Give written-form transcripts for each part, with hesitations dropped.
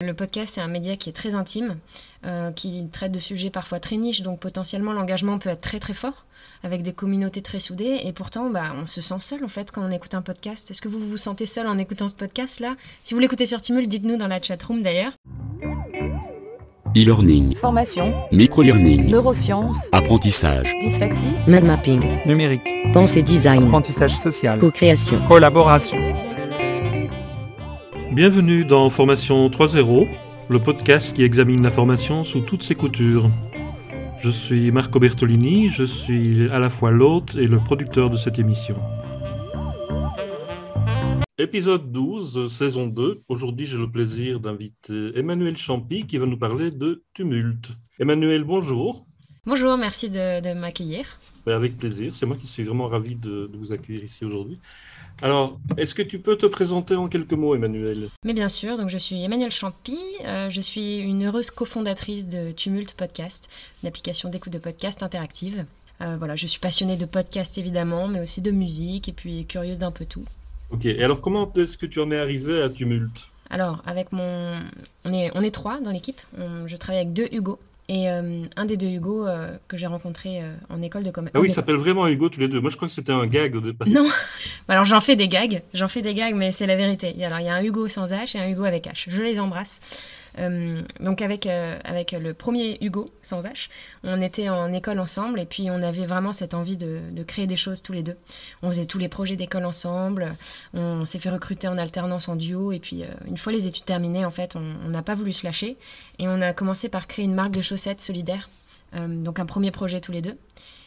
le podcast, c'est un média qui est très intime, qui traite de sujets parfois très niches, donc potentiellement l'engagement peut être très très fort, avec des communautés très soudées, et pourtant on se sent seul en fait quand on écoute un podcast. Est-ce que vous vous sentez seul en écoutant ce podcast-là? Si vous l'écoutez sur Tumult, dites-nous dans la chatroom d'ailleurs. E-learning, Formation, micro-learning, neurosciences, apprentissage, dyslexie, Mind mapping, numérique, pensée design, apprentissage social, co-création. collaboration. Bienvenue dans Formation 3.0, le podcast qui examine la formation sous toutes ses coutures. Je suis Marco Bertolini, je suis à la fois l'hôte et le producteur de cette émission. Épisode 12, saison 2. Aujourd'hui, j'ai le plaisir d'inviter Emmanuelle Champy qui va nous parler de Tumult. Emmanuelle, bonjour. Bonjour, merci de m'accueillir. Avec plaisir, c'est moi qui suis vraiment ravi de vous accueillir ici aujourd'hui. Alors, est-ce que tu peux te présenter en quelques mots, Emmanuelle ? Mais bien sûr, donc je suis Emmanuelle Champy, je suis une heureuse cofondatrice de Tumult Podcast, une application d'écoute de podcast interactive. Je suis passionnée de podcast évidemment, mais aussi de musique et puis curieuse d'un peu tout. Ok, et alors comment est-ce que tu en es arrivé à Tumult ? Alors, on est 3 dans l'équipe, je travaille avec 2 Hugo. Et un des 2 Hugo que j'ai rencontré en école de commerce. Ah oui, ils s'appellent vraiment Hugo tous les deux. Moi, je crois que c'était un gag au départ. Non, alors j'en fais des gags, mais c'est la vérité. Alors, il y a un Hugo sans H et un Hugo avec H. Je les embrasse. Donc avec le premier Hugo sans H, on était en école ensemble et puis on avait vraiment cette envie de créer des choses tous les deux. On faisait tous les projets d'école ensemble, on s'est fait recruter en alternance en duo et puis une fois les études terminées, en fait, on n'a pas voulu se lâcher et on a commencé par créer une marque de chaussettes solidaire, donc un premier projet tous les deux.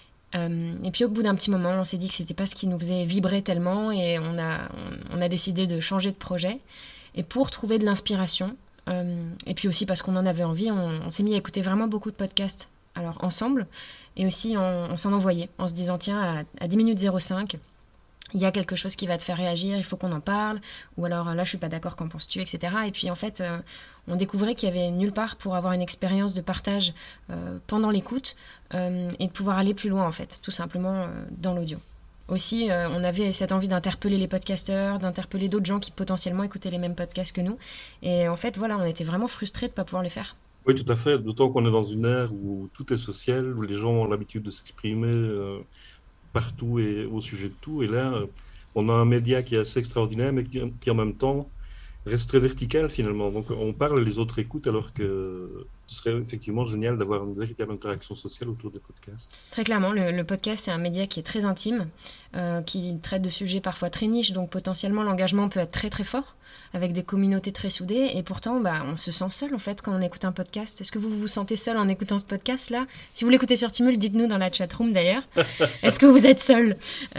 Et puis au bout d'un petit moment, on s'est dit que c'était pas ce qui nous faisait vibrer tellement et on a décidé de changer de projet et pour trouver de l'inspiration. Et puis aussi parce qu'on en avait envie, on s'est mis à écouter vraiment beaucoup de podcasts alors ensemble et aussi on s'en envoyait en se disant tiens à 10 minutes 05 il y a quelque chose qui va te faire réagir, il faut qu'on en parle ou alors là je suis pas d'accord, qu'en penses-tu, etc. Et puis en fait on découvrait qu'il y avait nulle part pour avoir une expérience de partage pendant l'écoute et de pouvoir aller plus loin en fait, tout simplement dans l'audio. Aussi, on avait cette envie d'interpeller les podcasteurs, d'interpeller d'autres gens qui potentiellement écoutaient les mêmes podcasts que nous. Et en fait, voilà, on était vraiment frustrés de ne pas pouvoir le faire. Oui, tout à fait. D'autant qu'on est dans une ère où tout est social, où les gens ont l'habitude de s'exprimer partout et au sujet de tout. Et là, on a un média qui est assez extraordinaire, mais qui en même temps reste très vertical finalement. Donc on parle, les autres écoutent, alors que ce serait effectivement génial d'avoir une véritable interaction sociale autour des podcasts. Très clairement, le podcast, c'est un média qui est très intime, qui traite de sujets parfois très niches, donc potentiellement l'engagement peut être très très fort, avec des communautés très soudées, et pourtant on se sent seul en fait quand on écoute un podcast. Est-ce que vous vous sentez seul en écoutant ce podcast-là ? Si vous l'écoutez sur Tumult, dites-nous dans la chatroom d'ailleurs. Est-ce que vous êtes seul ?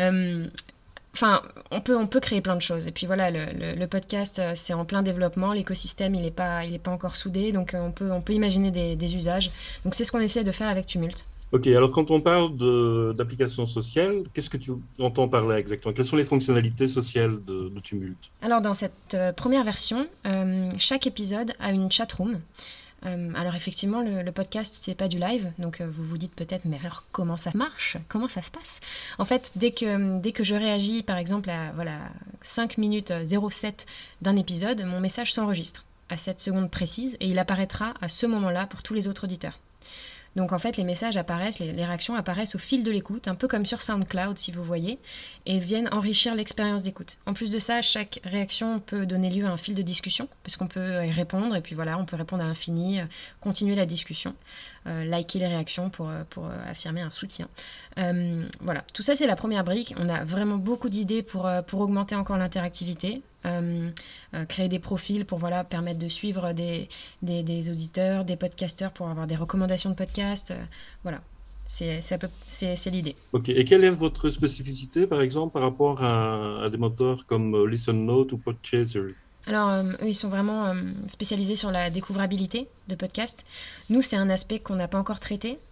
Enfin, on peut créer plein de choses. Et puis voilà, le podcast, c'est en plein développement. L'écosystème, il est pas encore soudé. Donc, on peut imaginer des usages. Donc, c'est ce qu'on essaie de faire avec Tumult. Ok, alors quand on parle d'applications sociales, qu'est-ce que tu entends par là exactement ? Quelles sont les fonctionnalités sociales de Tumult ? Alors, dans cette première version, chaque épisode a une chatroom. Alors effectivement, le podcast, c'est pas du live, donc vous vous dites peut-être, mais alors comment ça marche ? Comment ça se passe ? En fait, dès que je réagis, par exemple, à 5 minutes 07 d'un épisode, mon message s'enregistre à cette seconde précise et il apparaîtra à ce moment-là pour tous les autres auditeurs. Donc en fait, les messages apparaissent, les réactions apparaissent au fil de l'écoute, un peu comme sur SoundCloud si vous voyez, et viennent enrichir l'expérience d'écoute. En plus de ça, chaque réaction peut donner lieu à un fil de discussion, parce qu'on peut y répondre, et puis voilà, on peut répondre à l'infini, continuer la discussion, liker les réactions pour affirmer un soutien. Voilà, tout ça c'est la première brique. On a vraiment beaucoup d'idées pour augmenter encore l'interactivité. Créer des profils pour permettre de suivre des auditeurs, des podcasteurs pour avoir des recommandations de podcasts. Voilà, c'est l'idée. Ok, et quelle est votre spécificité par exemple par rapport à des moteurs comme Listen Note ou Podchaser ? Alors, eux, ils sont vraiment spécialisés sur la découvrabilité de podcasts. Nous, c'est un aspect qu'on n'a pas encore traité.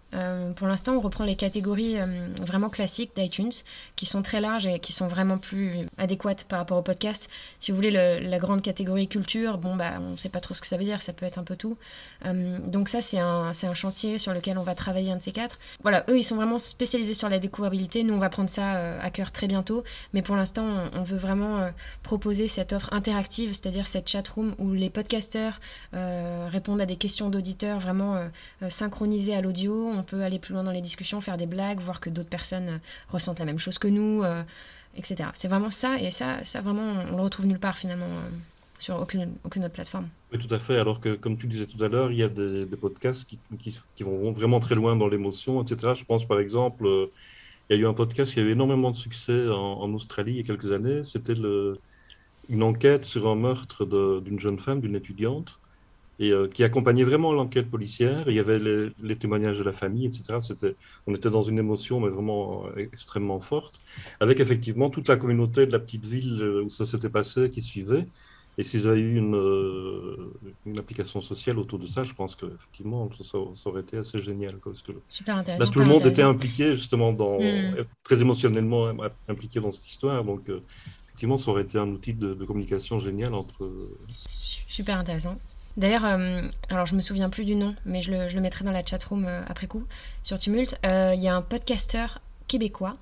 Pour l'instant, on reprend les catégories vraiment classiques d'iTunes, qui sont très larges et qui sont vraiment plus adéquates par rapport au podcast. Si vous voulez, la grande catégorie culture, bon, bah, on ne sait pas trop ce que ça veut dire, ça peut être un peu tout. Donc ça, c'est un chantier sur lequel on va travailler un de ces quatre. Voilà, eux, ils sont vraiment spécialisés sur la découvrabilité. Nous, on va prendre ça à cœur très bientôt. Mais pour l'instant, on veut vraiment proposer cette offre interactive, c'est-à-dire cette chatroom où les podcasteurs répondent à des questions d'auditeurs vraiment synchronisées à l'audio. On peut aller plus loin dans les discussions, faire des blagues, voir que d'autres personnes ressentent la même chose que nous, etc. C'est vraiment ça, et ça vraiment, on le retrouve nulle part finalement sur aucune autre plateforme. Oui, tout à fait. Alors que, comme tu disais tout à l'heure, il y a des podcasts qui vont vraiment très loin dans l'émotion, etc. Je pense, par exemple, il y a eu un podcast qui a eu énormément de succès en Australie il y a quelques années. C'était une enquête sur un meurtre d'une jeune femme, d'une étudiante, et qui accompagnait vraiment l'enquête policière. Il y avait les témoignages de la famille, etc. On était dans une émotion, mais vraiment extrêmement forte, avec effectivement toute la communauté de la petite ville où ça s'était passé qui suivait. Et s'ils avaient eu une application sociale autour de ça, je pense qu'effectivement, ça aurait été assez génial, quoi, parce que Super là, intéressant. tout le monde était impliqué, justement, Mm. très émotionnellement impliqué dans cette histoire. Donc, effectivement, ça aurait été un outil de communication génial entre. Super intéressant. D'ailleurs, alors je me souviens plus du nom, mais je le mettrai dans la chatroom après coup, sur Tumult. Il y a un podcasteur québécois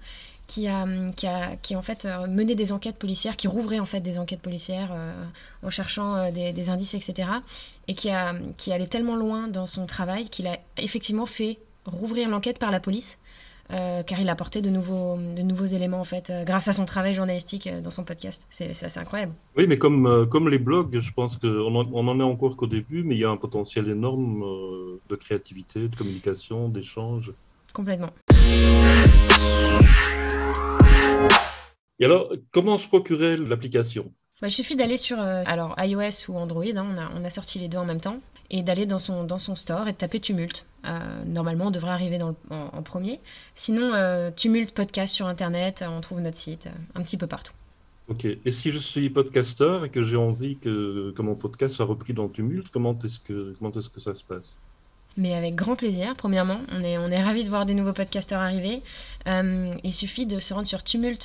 qui en fait mené des enquêtes policières, qui rouvrait en fait des enquêtes policières en cherchant des indices, etc. Et qui allait tellement loin dans son travail qu'il a effectivement fait rouvrir l'enquête par la police. Car il a apporté de nouveaux éléments en fait, grâce à son travail journalistique dans son podcast. C'est assez incroyable. Oui, mais comme les blogs, je pense qu'on en est encore qu'au début, mais il y a un potentiel énorme de créativité, de communication, d'échange. Complètement. Et alors, comment se procurer l'application? Bah, il suffit d'aller sur alors iOS ou Android, hein, on a sorti les deux en même temps, et d'aller dans son store et de taper Tumult. Normalement, on devrait arriver en premier. Sinon, Tumult Podcast sur Internet, on trouve notre site un petit peu partout. Ok. Et si je suis podcasteur et que j'ai envie que mon podcast soit repris dans Tumult, comment est-ce que ça se passe? Mais avec grand plaisir, premièrement, on est ravis de voir des nouveaux podcasteurs arriver. Il suffit de se rendre sur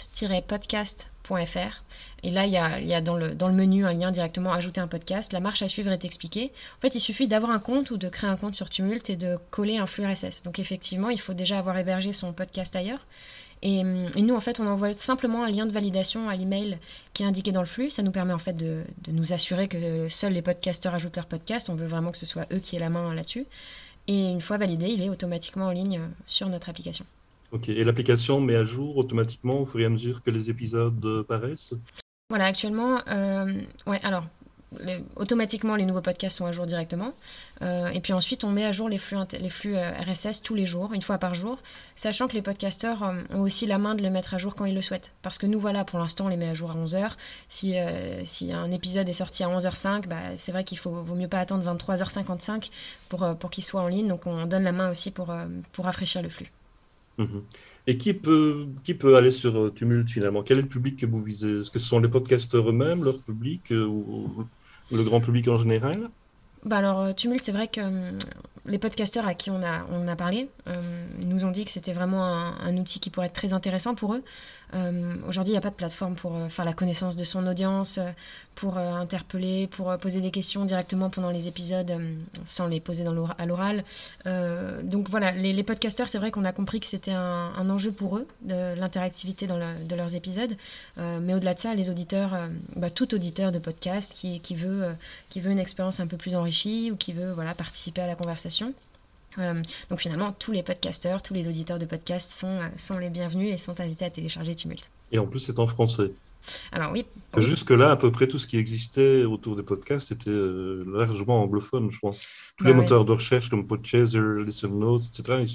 tumult-podcast.fr. Et là, il y a dans le menu un lien directement ajouter un podcast. La marche à suivre est expliquée. En fait, il suffit d'avoir un compte ou de créer un compte sur Tumult et de coller un flux RSS. Donc effectivement, il faut déjà avoir hébergé son podcast ailleurs. Et nous, en fait, on envoie simplement un lien de validation à l'email qui est indiqué dans le flux. Ça nous permet en fait de nous assurer que seuls les podcasteurs ajoutent leur podcast. On veut vraiment que ce soit eux qui aient la main là-dessus. Et une fois validé, il est automatiquement en ligne sur notre application. Ok. Et l'application met à jour automatiquement au fur et à mesure que les épisodes paraissent? Voilà, actuellement, ouais, alors, automatiquement, les nouveaux podcasts sont à jour directement. Et puis ensuite, on met à jour les flux RSS tous les jours, une fois par jour, sachant que les podcasteurs ont aussi la main de le mettre à jour quand ils le souhaitent. Parce que nous, voilà, pour l'instant, on les met à jour à 11h. Si un épisode est sorti à 11h05, bah, c'est vrai qu'il vaut mieux pas attendre 23h55 pour qu'il soit en ligne. Donc, on donne la main aussi pour rafraîchir le flux. Mhm. Et qui peut aller sur Tumult finalement? Quel est le public que vous visez? Est-ce que ce sont les podcasteurs eux-mêmes, leur public, ou le grand public en général? Bah alors, Tumult, c'est vrai que les podcasteurs à qui on a parlé nous ont dit que c'était vraiment un outil qui pourrait être très intéressant pour eux. Aujourd'hui, il n'y a pas de plateforme pour faire la connaissance de son audience, pour interpeller, pour poser des questions directement pendant les épisodes sans les poser à l'oral. Donc voilà, les podcasteurs, c'est vrai qu'on a compris que c'était un enjeu pour eux, de l'interactivité de leurs épisodes. Mais au-delà de ça, les auditeurs, tout auditeur de podcast qui veut une expérience un peu plus enrichie ou qui veut participer à la conversation. Donc finalement, tous les podcasteurs, tous les auditeurs de podcasts sont les bienvenus et sont invités à télécharger Tumult. Et en plus, c'est en français. Alors oui. Jusque-là, à peu près tout ce qui existait autour des podcasts était largement anglophone, je pense. Tous les Ouais. moteurs de recherche comme Podchaser, Listen Notes, etc.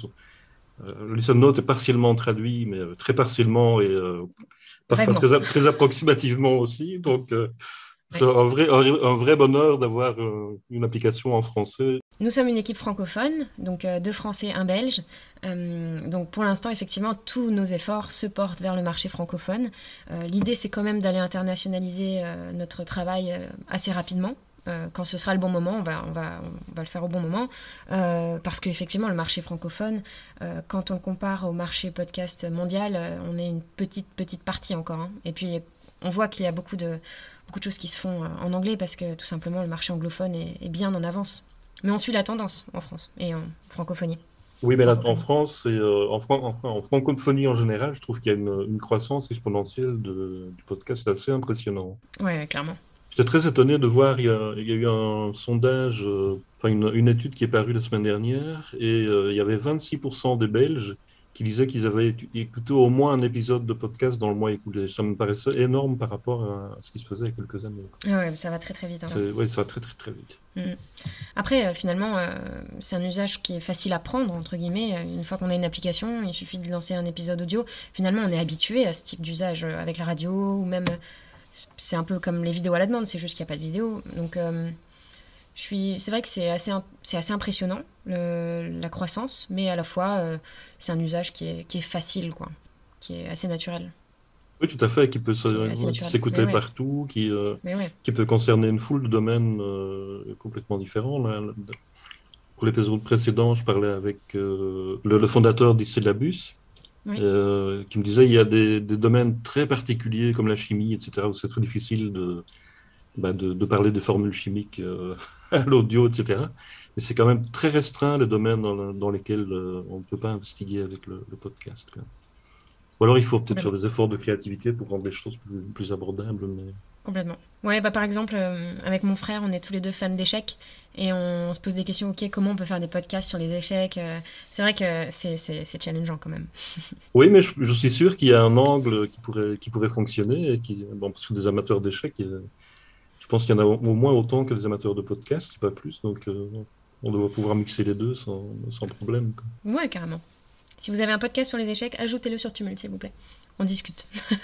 Listen Notes est partiellement traduit, mais très partiellement et parfois très approximativement aussi. Donc, c'est un vrai bonheur d'avoir une application en français. Nous sommes une équipe francophone, donc 2 Français, 1 Belge. Donc pour l'instant, effectivement, tous nos efforts se portent vers le marché francophone. L'idée, c'est quand même d'aller internationaliser notre travail assez rapidement. Quand ce sera le bon moment, on va le faire au bon moment. Parce qu'effectivement, le marché francophone, quand on le compare au marché podcast mondial, on est une petite partie encore. Hein. Et puis, on voit qu'il y a beaucoup de choses qui se font en anglais parce que tout simplement, le marché anglophone est bien en avance. Mais on suit la tendance en France et en francophonie. Oui, mais là, en France et en francophonie en général, je trouve qu'il y a une croissance exponentielle du podcast assez impressionnant. Ouais, clairement. J'étais très étonné de voir, il y a eu un sondage, enfin une étude qui est parue la semaine dernière, et il y avait 26% des Belges qui disaient qu'ils avaient écouté au moins un épisode de podcast dans le mois écoulé. Ça me paraissait énorme par rapport à ce qui se faisait il y a quelques années. Ouais, ça va très très vite. Hein. Oui, ça va très très très vite. Mm. Après, finalement, c'est un usage qui est facile à prendre, entre guillemets. Une fois qu'on a une application, il suffit de lancer un épisode audio. Finalement, on est habitué à ce type d'usage avec la radio, ou même, c'est un peu comme les vidéos à la demande, c'est juste qu'il n'y a pas de vidéo. Donc, c'est vrai que c'est assez impressionnant, la croissance, mais à la fois, c'est un usage qui est facile, quoi, qui est assez naturel. Oui, tout à fait, qui peut Qui est assez naturel. s'écouter Mais ouais. partout, Mais ouais. qui peut concerner une foule de domaines complètement différents. Pour l'épisode précédent, je parlais avec le fondateur d'Icelabus, Oui. qui me disait il y a des domaines très particuliers comme la chimie, etc., où c'est très difficile de parler des formules chimiques à l'audio, etc. Mais c'est quand même très restreint les domaines dans lesquels on ne peut pas investiguer avec le podcast, quoi. Ou alors il faut peut-être faire des efforts de créativité pour rendre les choses plus abordables. Mais... Complètement. Ouais, par exemple, avec mon frère, on est tous les deux fans d'échecs et on se pose des questions, ok, comment on peut faire des podcasts sur les échecs C'est vrai que c'est challengeant quand même. Oui, mais je suis sûr qu'il y a un angle qui pourrait fonctionner, bon, parce que des amateurs d'échecs, je pense qu'il y en a au moins autant que des amateurs de podcasts, pas plus, donc on doit pouvoir mixer les deux sans problème, quoi. Ouais, carrément. Si vous avez un podcast sur les échecs, ajoutez-le sur Tumult, s'il vous plaît. On discute.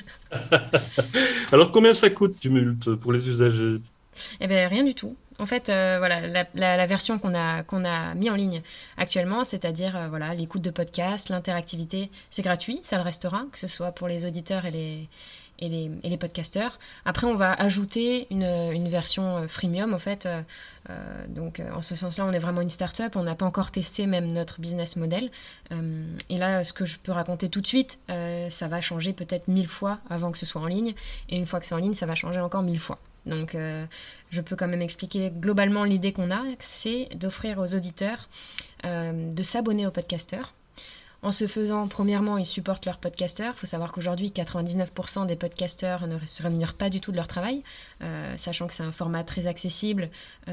Alors, combien ça coûte, Tumult, pour les usagers? Eh bien, rien du tout. En fait, voilà, la version qu'on a mis en ligne actuellement, c'est-à-dire voilà, l'écoute de podcast, l'interactivité, c'est gratuit, ça le restera, que ce soit pour les auditeurs et les podcasteurs. Après, on va ajouter une version freemium, en fait. Donc, en ce sens-là, on est vraiment une start-up. On n'a pas encore testé même notre business model. Et là, ce que je peux raconter tout de suite, ça va changer peut-être 1000 fois avant que ce soit en ligne. Et une fois que c'est en ligne, ça va changer encore 1000 fois. Donc, je peux quand même expliquer globalement l'idée qu'on a, c'est d'offrir aux auditeurs de s'abonner aux podcasteurs. En ce faisant, premièrement, ils supportent leurs podcasteurs. Il faut savoir qu'aujourd'hui, 99% des podcasteurs ne se rémunèrent pas du tout de leur travail, sachant que c'est un format très accessible.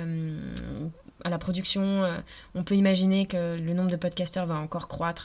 À la production, on peut imaginer que le nombre de podcasteurs va encore croître.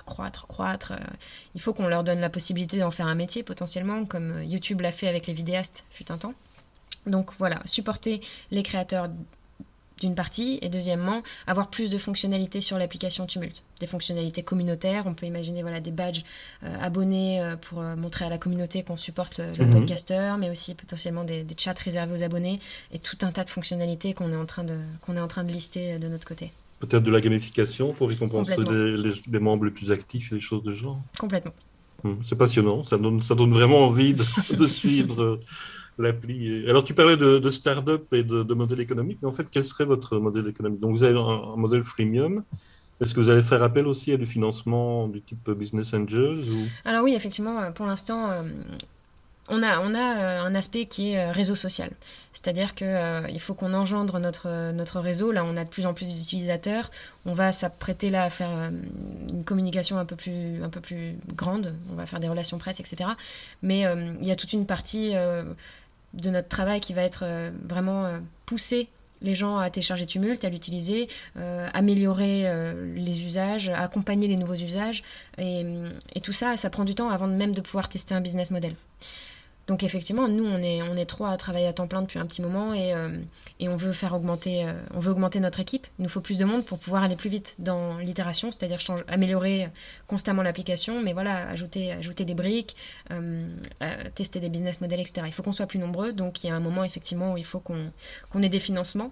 Il faut qu'on leur donne la possibilité d'en faire un métier potentiellement, comme YouTube l'a fait avec les vidéastes fut un temps. Donc voilà, supporter les créateurs d'une partie, et deuxièmement, avoir plus de fonctionnalités sur l'application Tumult. Des fonctionnalités communautaires, on peut imaginer voilà, des badges abonnés pour montrer à la communauté qu'on supporte le podcasteur, mais aussi potentiellement des chats réservés aux abonnés, et tout un tas de fonctionnalités qu'on est en train de lister de notre côté. Peut-être de la gamification pour récompenser les membres les plus actifs et des choses de ce genre. Complètement. C'est passionnant, ça donne vraiment envie de suivre l'appli. Alors, tu parlais de start-up et de modèle économique, mais en fait, quel serait votre modèle économique? Donc, vous avez un modèle freemium. Est-ce que vous allez faire appel aussi à du financement du type Business Angels ou... Alors oui, effectivement, pour l'instant, on a un aspect qui est réseau social. C'est-à-dire qu'il faut qu'on engendre notre réseau. Là, on a de plus en plus d'utilisateurs. On va s'apprêter là à faire une communication un peu plus grande. On va faire des relations presse, etc. Mais il y a toute une partie de notre travail qui va être vraiment pousser les gens à télécharger Tumult, à l'utiliser, améliorer les usages, accompagner les nouveaux usages. Et tout ça, ça prend du temps avant même de pouvoir tester un business model. Donc effectivement, nous, on est trois à travailler à temps plein depuis un petit moment et on veut augmenter notre équipe. Il nous faut plus de monde pour pouvoir aller plus vite dans l'itération, c'est-à-dire améliorer constamment l'application, mais voilà, ajouter des briques, tester des business models, etc. Il faut qu'on soit plus nombreux, donc il y a un moment effectivement où il faut qu'on ait des financements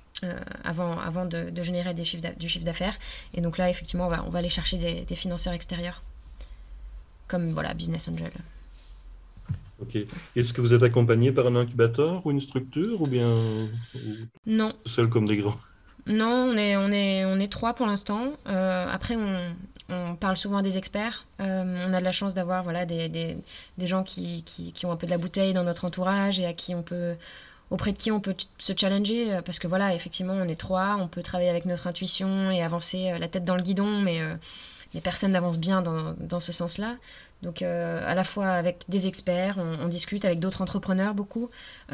avant de générer du chiffre d'affaires. Et donc là, effectivement, on va aller chercher des financeurs extérieurs, comme voilà, Business Angel. Ok. Est-ce que vous êtes accompagné par un incubateur ou une structure ou bien Non, tout seul comme des grands? non, on est trois pour l'instant. Après, on parle souvent à des experts. On a de la chance d'avoir voilà, des gens qui ont un peu de la bouteille dans notre entourage et auprès de qui on peut se challenger. Parce que voilà, effectivement, on est trois, on peut travailler avec notre intuition et avancer la tête dans le guidon, mais personne n'avance bien dans ce sens-là. Donc à la fois avec des experts, on discute avec d'autres entrepreneurs beaucoup,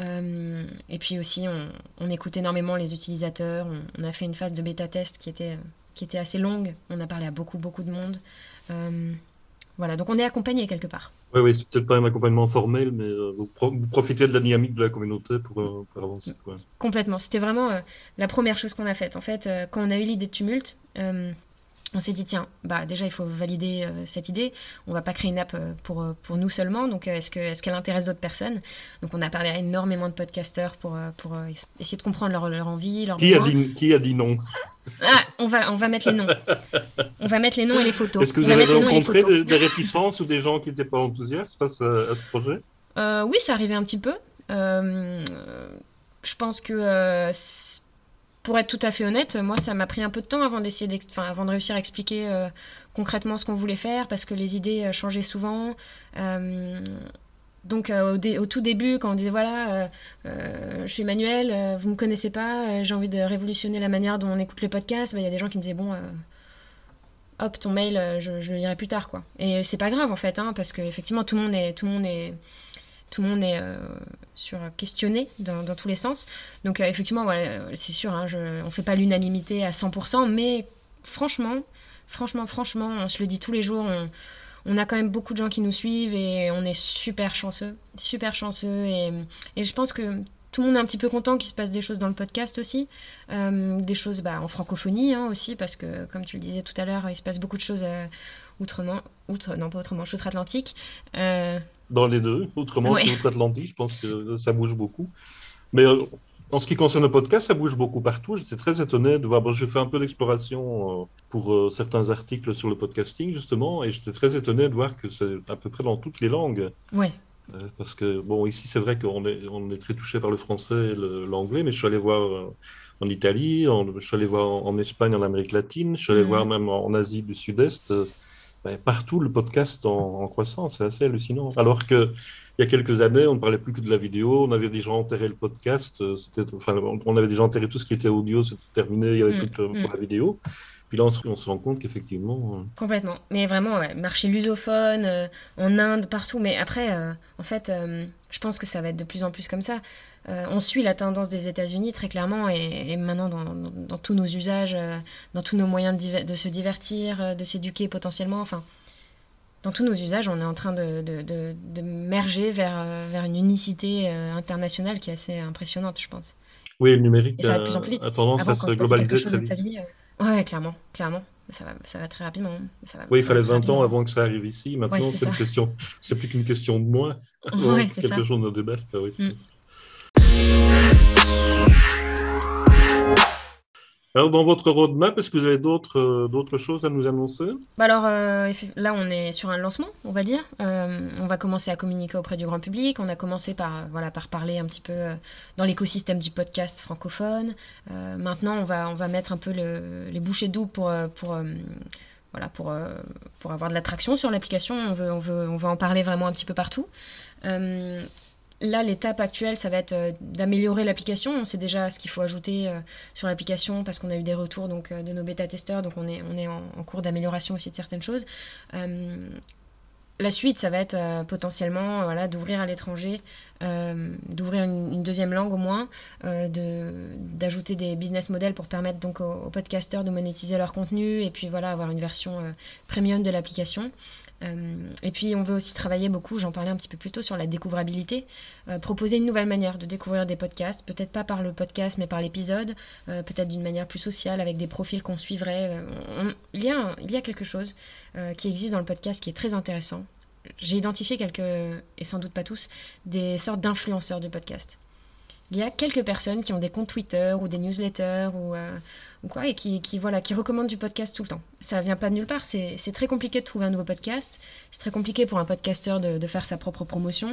et puis aussi on écoute énormément les utilisateurs. On a fait une phase de bêta-test qui était assez longue, on a parlé à beaucoup de monde. Euh, voilà, donc on est accompagné quelque part. Oui, oui, c'est peut-être pas un accompagnement formel, mais vous profitez de la dynamique de la communauté pour avancer, quoi. Complètement, c'était vraiment la première chose qu'on a faite. En fait, quand on a eu l'idée de Tumulte, on s'est dit, tiens, bah déjà, il faut valider cette idée. On va pas créer une app pour nous seulement. Donc, est-ce qu'elle intéresse d'autres personnes? Donc, on a parlé à énormément de podcasteurs pour essayer de comprendre leur envie, leurs besoins. Qui a dit non? Ah, on va mettre les noms. On va mettre les noms et les photos. Est-ce que On vous va avez mettre les noms et les rencontré photos. des réticences ou des gens qui n'étaient pas enthousiastes face à ce projet? Oui, ça arrivait un petit peu. Euh, je pense que pour être tout à fait honnête, moi, ça m'a pris un peu de temps avant avant de réussir à expliquer concrètement ce qu'on voulait faire, parce que les idées changeaient souvent. Euh, donc au tout début, quand on disait voilà, je suis Emmanuel, vous me connaissez pas, j'ai envie de révolutionner la manière dont on écoute le podcast, bah, il y a des gens qui me disaient bon, hop, ton mail, je le lirai plus tard, quoi. Et c'est pas grave en fait, hein, parce qu'effectivement tout le monde est questionné dans tous les sens. Donc effectivement, voilà, c'est sûr, hein, on fait pas l'unanimité à 100%, mais franchement, on se le dit tous les jours, on a quand même beaucoup de gens qui nous suivent et on est super chanceux et je pense que tout le monde est un petit peu content qu'il se passe des choses dans le podcast aussi, des choses bah, en francophonie hein, aussi, parce que comme tu le disais tout à l'heure, il se passe beaucoup de choses non pas outre-Manche, outre-Atlantique. Dans les deux, autrement, Ouais. c'est outre-Atlantique, je pense que ça bouge beaucoup. Mais en ce qui concerne le podcast, ça bouge beaucoup partout. J'étais très étonné de voir. Bon, j'ai fait un peu d'exploration pour certains articles sur le podcasting, justement, et j'étais très étonné de voir que c'est à peu près dans toutes les langues. Ouais. Parce que, bon, ici, c'est vrai on est très touché par le français et l'anglais, mais je suis allé voir en Italie, je suis allé voir en Espagne, en Amérique latine, je suis allé voir Mhm. même en Asie du Sud-Est. Ben, partout, le podcast en croissance, c'est assez hallucinant. Alors que il y a quelques années, on ne parlait plus que de la vidéo, on avait déjà enterré le podcast, enfin, on avait déjà enterré tout ce qui était audio, c'était terminé, il n'y avait plus que pour Mhm. la vidéo. Puis là, on se rend compte qu'effectivement, Complètement. Mais vraiment, ouais, marché lusophone, en Inde, partout. Mais après, en fait, je pense que ça va être de plus en plus comme ça. On suit la tendance des États-Unis très clairement et maintenant dans tous nos usages, dans tous nos moyens de se divertir, de s'éduquer potentiellement. Enfin, dans tous nos usages, on est en train de merger vers une unicité internationale qui est assez impressionnante, je pense. oui, le Et numérique ça va de plus en plus vite. a tendance à Avant, quand se il se passait quelque globaliser chose aux très vite. États-Unis, ouais, clairement. Ça va très rapidement. Oui, il Ça va fallait très 20 ans rapidement. avant que ça arrive ici. Ouais, Maintenant, c'est ça. c'est plus qu'une question de mois avant Ouais, que c'est quelque ça. chose ne débarque. Ah oui, Mm. tout à fait. Alors, dans votre roadmap, est-ce que vous avez d'autres choses à nous annoncer? Bah alors là, on est sur un lancement, on va dire. On va commencer à communiquer auprès du grand public. On a commencé voilà, par parler un petit peu dans l'écosystème du podcast francophone. Maintenant, on va mettre un peu les bouchées doubles voilà, pour avoir de l'attraction sur l'application. On veut en parler vraiment un petit peu partout. Euh, Là, l'étape actuelle, ça va être d'améliorer l'application. On sait déjà ce qu'il faut ajouter sur l'application parce qu'on a eu des retours de nos bêta-testeurs, donc on est en cours d'amélioration aussi de certaines choses. Euh, la suite, ça va être potentiellement voilà, d'ouvrir à l'étranger, d'ouvrir une deuxième langue au moins, d'ajouter des business models pour permettre donc aux podcasteurs de monétiser leur contenu et puis voilà, avoir une version premium de l'application. Et puis on veut aussi travailler beaucoup, j'en parlais un petit peu plus tôt, sur la découvrabilité, proposer une nouvelle manière de découvrir des podcasts, peut-être pas par le podcast mais par l'épisode, peut-être d'une manière plus sociale avec des profils qu'on suivrait. Il y a quelque chose qui existe dans le podcast qui est très intéressant. J'ai identifié quelques, et sans doute pas tous, des sortes d'influenceurs du podcast. Il y a quelques personnes qui ont des comptes Twitter ou des newsletters ou quoi et voilà, qui recommandent du podcast tout le temps. Ça vient pas de nulle part, c'est très compliqué de trouver un nouveau podcast, c'est très compliqué pour un podcasteur de faire sa propre promotion.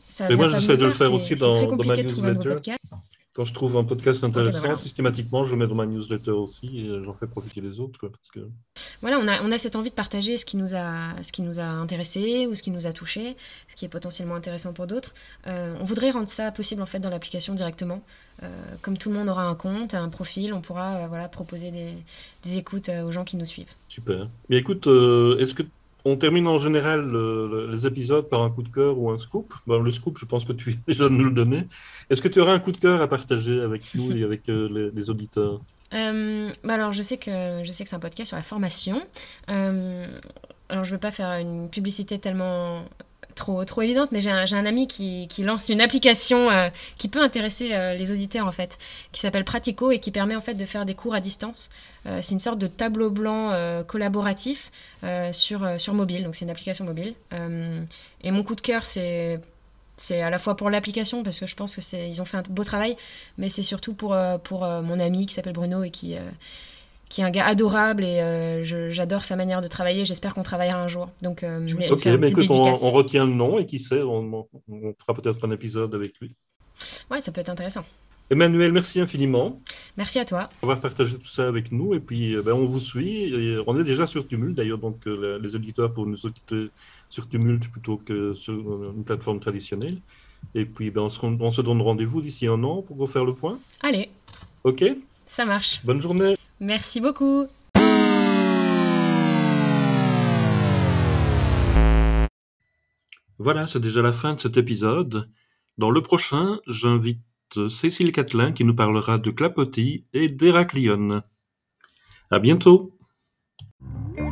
Ça Mais vient moi, pas de j'essaie nulle de le part. faire aussi C'est très dans ma compliqué de trouver un nouveau newsletter. podcast. Quand je trouve un podcast Ok, bah intéressant, voilà. systématiquement, je le mets dans ma newsletter aussi et j'en fais profiter les autres, quoi, parce que... Voilà, on a cette envie de partager ce qui nous a intéressé ou ce qui nous a touché, ce qui est potentiellement intéressant pour d'autres. On voudrait rendre ça possible en fait dans l'application directement. Comme tout le monde aura un compte, un profil, on pourra voilà, proposer des écoutes aux gens qui nous suivent. Super. Mais écoute, est-ce que on termine en général les épisodes par un coup de cœur ou un scoop? Bon, le scoop, je pense que tu viens déjà de nous le donner. Est-ce que tu auras un coup de cœur à partager avec nous et avec les auditeurs? Bah alors je sais que c'est un podcast sur la formation. Alors je ne veux pas faire une publicité tellement trop évidente, mais j'ai un ami qui lance une application qui peut intéresser les auditeurs en fait, qui s'appelle Pratico et qui permet en fait de faire des cours à distance. C'est une sorte de tableau blanc collaboratif sur mobile, donc c'est une application mobile. Et mon coup de cœur c'est à la fois pour l'application parce que je pense que ils ont fait un beau travail, mais c'est surtout pour mon ami qui s'appelle Bruno et qui est un gars adorable et j'adore sa manière de travailler. J'espère qu'on travaillera un jour. Donc je voulais lui Ok, faire une mais petite écoute, dédicace. on retient le nom et qui sait, on fera peut-être un épisode avec lui. Ouais, ça peut être intéressant. Emmanuel, merci infiniment Merci à toi. d'avoir partagé tout ça avec nous. Et puis, ben, on vous suit. Et on est déjà sur Tumult, d'ailleurs, donc les auditeurs pour nous écouter sur Tumult plutôt que sur une plateforme traditionnelle. Et puis, ben, on se donne rendez-vous d'ici un an pour refaire le point. Allez, OK? ça marche. Bonne journée. Merci beaucoup. Voilà, c'est déjà la fin de cet épisode. Dans le prochain, j'invite Cécile Catelin qui nous parlera de clapotis et d'Héraclion. À bientôt!